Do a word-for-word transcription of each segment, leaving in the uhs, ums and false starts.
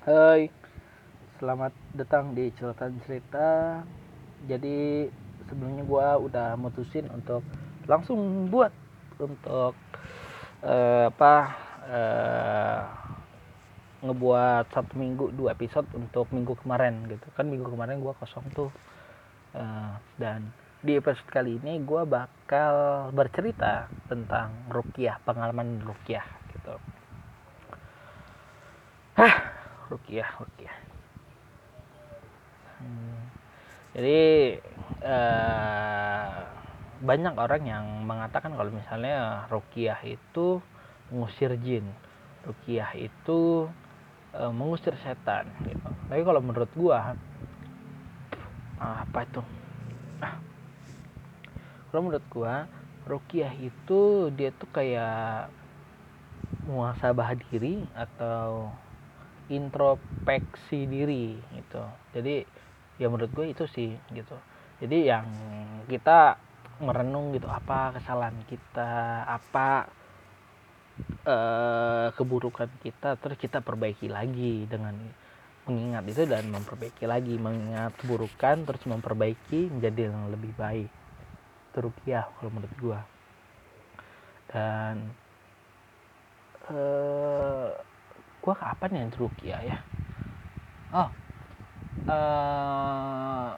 Hai, selamat datang di Celotan Cerita. Jadi sebelumnya gue udah mutusin untuk langsung buat untuk eh, apa eh, ngebuat satu minggu dua episode untuk minggu kemarin gitu kan. Minggu kemarin gue kosong tuh. Eh, dan di episode kali ini gue bakal bercerita tentang ruqyah, pengalaman ruqyah gitu. Hah, ruqyah, ruqyah. Hmm. Jadi eh, banyak orang yang mengatakan kalau misalnya ruqyah itu mengusir jin, ruqyah itu eh, mengusir setan gitu. Tapi kalau menurut gua apa itu? Ah, kalau menurut gua ruqyah itu dia tuh kayak muhasabah diri atau introspeksi diri gitu. Jadi ya menurut gue itu sih gitu. Jadi yang kita merenung gitu, apa kesalahan kita, apa eh, keburukan kita, terus kita perbaiki lagi dengan mengingat itu dan memperbaiki lagi, mengingat keburukan terus memperbaiki menjadi yang lebih baik. Itu ruqyah kalau menurut gue. Dan eh gue kapan ya ruqyah ya? Oh, eh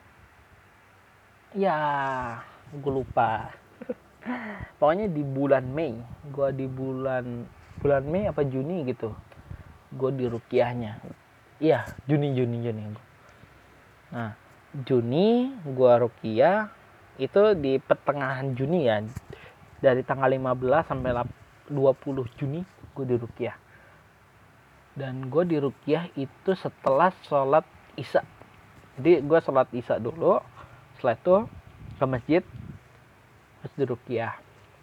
ya gue lupa. Pokoknya di bulan Mei, gue di bulan bulan Mei apa Juni gitu, gue di ruqyahnya. Iya, Juni Juni Juni. Nah, Juni gue ruqyah itu di pertengahan Juni ya, dari tanggal lima belas sampai dua puluh Juni gue di ruqyah. Dan gue di ruqyah itu setelah sholat isya. Jadi gue sholat isya dulu, setelah itu ke masjid, terus di ruqyah.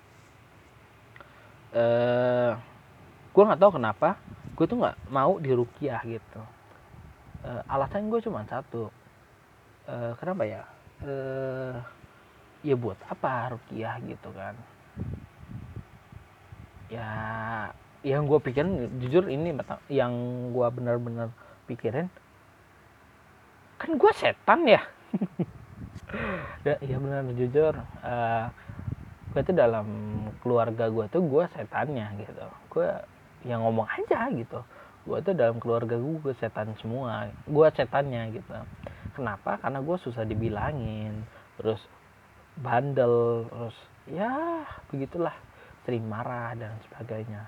Eh, gue nggak tahu kenapa gue tuh nggak mau di ruqyah gitu. Eh, alasan gue cuma satu. Eh, kenapa ya? Eh, ya buat apa ruqyah gitu kan? Ya, yang gue pikirin jujur ini yang gue benar-benar pikirin, kan gue setan ya. Ya, ya benar jujur. Uh, gue tuh dalam keluarga gue tuh gue setannya gitu. Gue yang ngomong aja gitu. Gue tuh dalam keluarga gue, gue setan semua. Gue setannya gitu. Kenapa? Karena gue susah dibilangin, terus bandel, terus ya begitulah, sering marah dan sebagainya.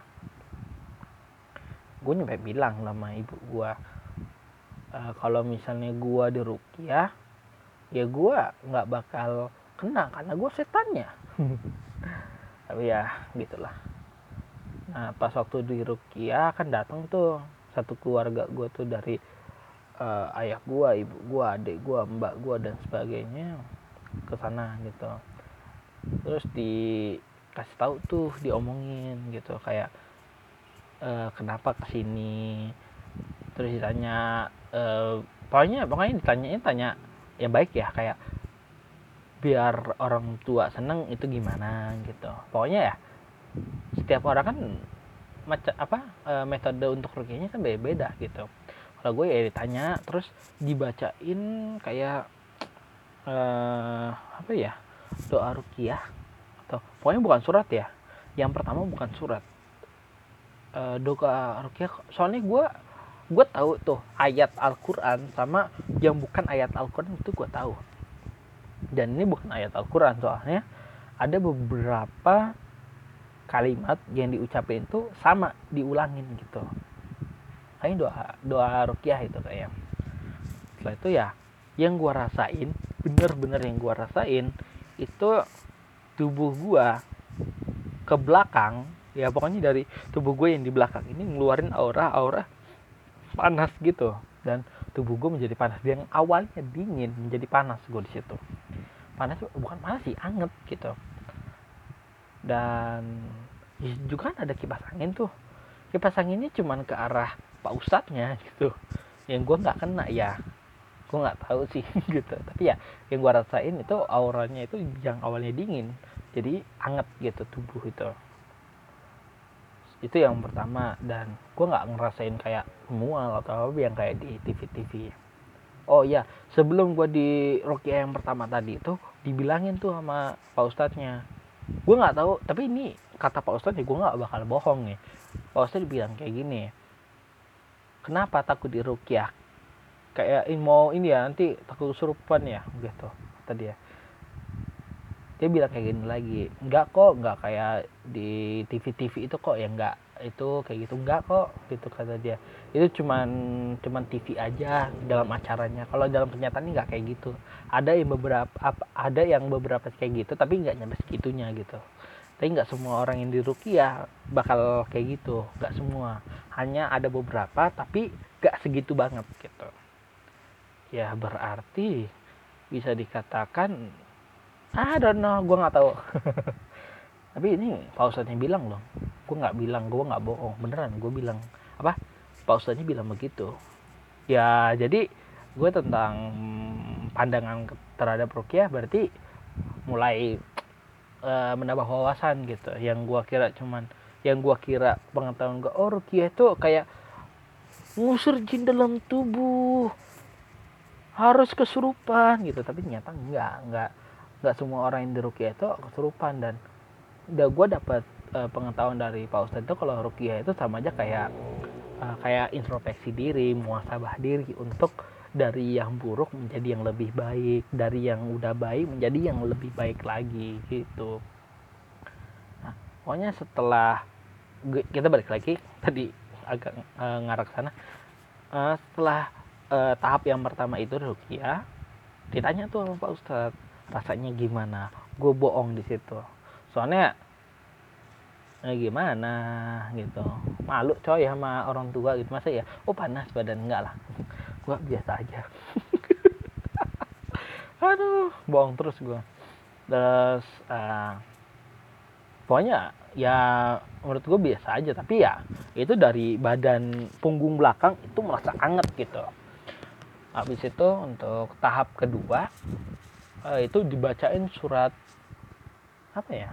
Gue nyampe bilang sama ibu gue, e, kalau misalnya gue di ruqyah, ya gue nggak bakal kena karena gue setannya. Tapi ya gitulah. Nah pas waktu di ruqyah kan datang tuh satu keluarga gue tuh, dari uh, ayah gue, ibu gue, adik gue, mbak gue dan sebagainya ke sana gitu. Terus dikasih tahu tuh, diomongin gitu kayak e, kenapa kesini, terus ditanya e, pokoknya pokoknya ditanyain tanya yang baik ya, kayak biar orang tua seneng itu gimana gitu. Pokoknya ya setiap orang kan macam apa e, metode untuk ruqyahnya kan beda-beda gitu. Kalau gue ya ditanya terus dibacain kayak e, apa ya, doa ruqyah atau pokoknya bukan surat ya. Yang pertama bukan surat, e, doa ruqyah. Soalnya gue gue tahu tuh ayat Al-Quran sama yang bukan ayat Al-Quran itu gue tahu. Dan ini bukan ayat Al-Quran, soalnya ada beberapa kalimat yang diucapin itu sama diulangin gitu. Kayak doa doa ruqyah itu kayak. Setelah itu ya yang gue rasain, bener-bener yang gue rasain itu tubuh gue ke belakang, ya pokoknya dari tubuh gue yang di belakang ini ngeluarin aura-aura panas gitu, dan tubuh gue menjadi panas. Yang awalnya dingin menjadi panas gue di situ. Panas bukan panas sih, anget gitu. Dan juga kan ada kipas angin tuh. Kipas anginnya cuman ke arah Pak Ustadznya gitu. Yang gue nggak kena ya. Gue nggak tahu sih gitu. Tapi ya yang gue rasain itu auranya itu yang awalnya dingin jadi anget gitu tubuh itu. Itu yang pertama. Dan gue nggak ngerasain kayak mual atau apa yang kayak di T V-T V. Oh iya, sebelum gue di ruqyah yang pertama tadi itu dibilangin tuh sama Pak Ustadznya. Gue nggak tahu, tapi ini kata Pak Ustadz ya, gue nggak bakal bohong nih. Pak Ustadz bilang kayak gini, kenapa takut di ruqyah? Kayak mau ini ya, nanti takut kesurupan ya, gitu tadi ya. Dia bilang kayak gini lagi, enggak kok, enggak kayak di T V-T V itu kok, ya enggak itu kayak gitu, enggak kok, gitu kata dia. Itu cuman cuman T V aja dalam acaranya. Kalau dalam kenyataan enggak kayak gitu. Ada yang beberapa ada yang beberapa kayak gitu, tapi enggak nyampe segitunya gitu. Tapi enggak semua orang yang di ruqyah bakal kayak gitu, enggak semua. Hanya ada beberapa, tapi enggak segitu banget gitu. Ya berarti bisa dikatakan I don't know, gue nggak tahu. Tapi ini Pak Ustadznya bilang loh, gue nggak bilang, gue nggak bohong, beneran gue bilang apa? Pak Ustadznya bilang begitu. Ya jadi gue tentang pandangan terhadap ruqyah berarti mulai uh, menambah wawasan gitu. Yang gue kira cuman, yang gue kira pengetahuan gue, oh ruqyah itu kayak ngusir jin dalam tubuh, harus kesurupan gitu. Tapi ternyata enggak, enggak. Nggak semua orang yang di ruqyah itu kesurupan. Dan udah gue dapat uh, pengetahuan dari Pak Ustadz itu kalau ruqyah itu sama aja kayak uh, kayak introspeksi diri, muhasabah diri untuk dari yang buruk menjadi yang lebih baik, dari yang udah baik menjadi yang lebih baik lagi gitu. Nah, pokoknya setelah kita balik lagi tadi agak uh, ngarah ke sana, uh, setelah uh, tahap yang pertama itu ruqyah, ditanya tuh sama Pak Ustadz rasanya gimana. Gue bohong di situ, soalnya eh, gimana gitu, malu coy sama orang tua gitu, masa ya oh panas badan, enggak lah. Gue biasa aja. Aduh, bohong terus gue. Terus uh, pokoknya ya menurut gue biasa aja, tapi ya itu dari badan punggung belakang itu merasa anget gitu. Habis itu untuk tahap kedua uh, itu dibacain surat apa ya,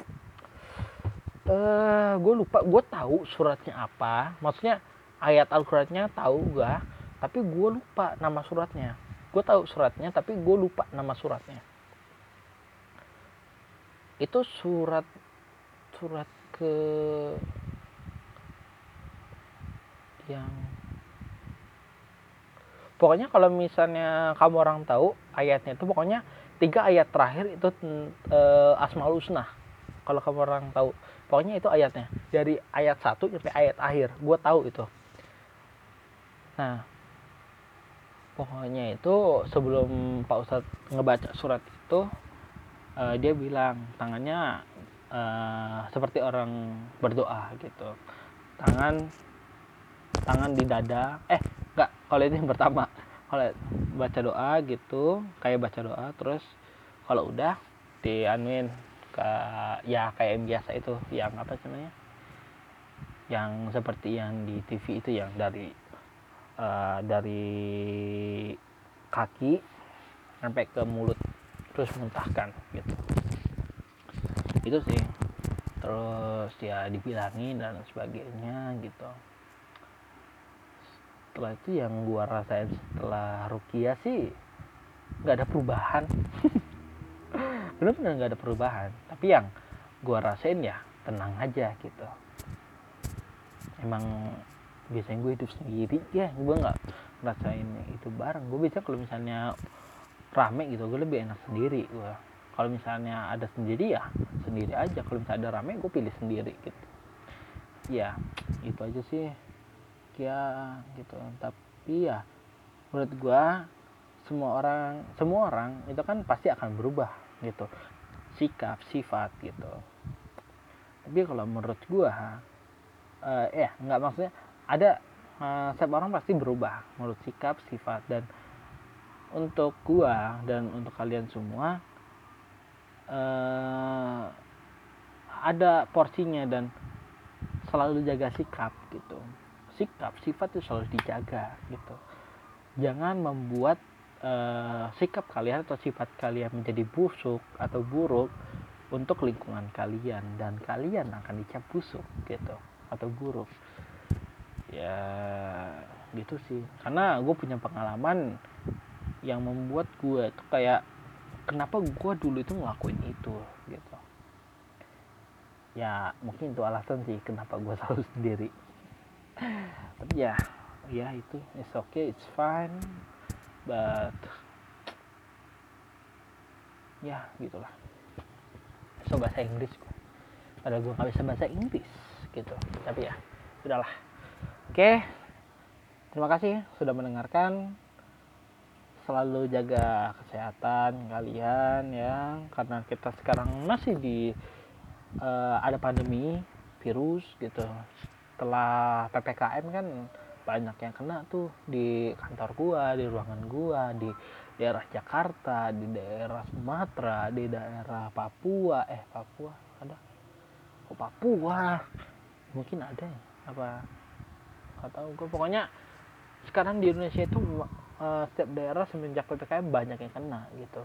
uh, gue lupa. Gue tahu suratnya apa, maksudnya ayat Al-Qurannya tahu gue, tapi gue lupa nama suratnya. Gue tahu suratnya tapi gue lupa nama suratnya. Itu surat surat ke yang pokoknya kalau misalnya kamu orang tahu ayatnya itu, pokoknya tiga ayat terakhir itu e, Asmaul Husna. Kalau kamu orang tahu, pokoknya itu ayatnya dari ayat satu sampai ayat akhir, gue tahu itu. Nah, pokoknya itu sebelum Pak Ustadz ngebaca surat itu, e, dia bilang tangannya e, seperti orang berdoa gitu, tangan tangan di dada, eh enggak, kalau itu yang pertama, kalau baca doa gitu kayak baca doa, terus kalau udah dianuin ke ya kayak yang biasa itu, yang apa namanya, yang seperti yang di T V itu, yang dari uh, dari kaki sampai ke mulut terus muntahkan gitu. Itu sih. Terus ya dibilangin dan sebagainya gitu. Setelah itu yang gua rasain setelah ruqyah sih nggak ada perubahan. Bener-bener nggak ada perubahan, tapi yang gua rasain ya tenang aja gitu. Emang biasanya gue hidup sendiri ya, gue nggak ngerasain itu bareng. Gue biasa kalau misalnya rame gitu, gue lebih enak sendiri. Gue kalau misalnya ada sendiri ya sendiri aja, kalau misalnya ada rame gue pilih sendiri gitu ya. Itu aja sih ya gitu. Tapi ya menurut gue semua orang semua orang itu kan pasti akan berubah gitu, sikap sifat gitu. Tapi kalau menurut gue uh, ya nggak, maksudnya ada uh, setiap orang pasti berubah menurut sikap sifat. Dan untuk gue dan untuk kalian semua uh, ada porsinya, dan selalu jaga sikap gitu. Sikap sifat itu selalu dijaga gitu. Jangan membuat uh, sikap kalian atau sifat kalian menjadi busuk atau buruk untuk lingkungan kalian, dan kalian akan dicap busuk gitu atau buruk ya. gitu sih, karena gue punya pengalaman yang membuat gue tuh kayak kenapa gue dulu itu ngelakuin itu gitu. Ya mungkin itu alasan sih kenapa gue selalu sendiri. Tapi ya ya itu it's okay, it's fine, but ya gitulah. So bahasa Inggris gue, padahal gue nggak bisa bahasa Inggris gitu, tapi ya sudahlah. Oke, terima kasih sudah mendengarkan. Selalu jaga kesehatan kalian ya, karena kita sekarang masih di uh, ada pandemi virus gitu. Setelah P P K M kan banyak yang kena tuh di kantor gua, di ruangan gua, di daerah Jakarta, di daerah Sumatera, di daerah Papua. Eh Papua ada? Oh Papua mungkin ada ya? Apa? Nggak tahu gua. Pokoknya sekarang di Indonesia itu uh, setiap daerah semenjak P P K M banyak yang kena gitu.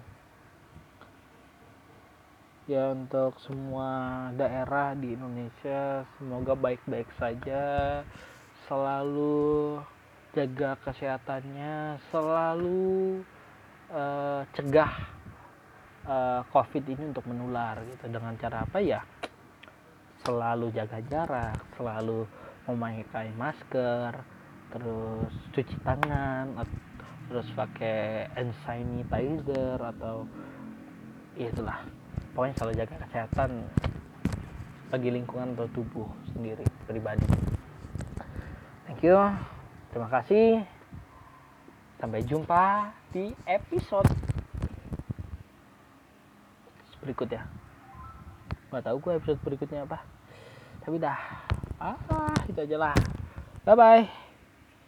Ya untuk semua daerah di Indonesia semoga baik-baik saja, selalu jaga kesehatannya, selalu uh, cegah uh, COVID ini untuk menular gitu. Dengan cara apa ya? Selalu jaga jarak, selalu memakai masker, terus cuci tangan, terus pakai hand sanitizer atau ya itulah. Pokoknya selalu jaga kesehatan bagi lingkungan atau tubuh sendiri pribadi. Thank you, terima kasih, sampai jumpa di episode berikutnya. Nggak tahu gue episode berikutnya apa, tapi dah ah itu aja lah. Bye bye.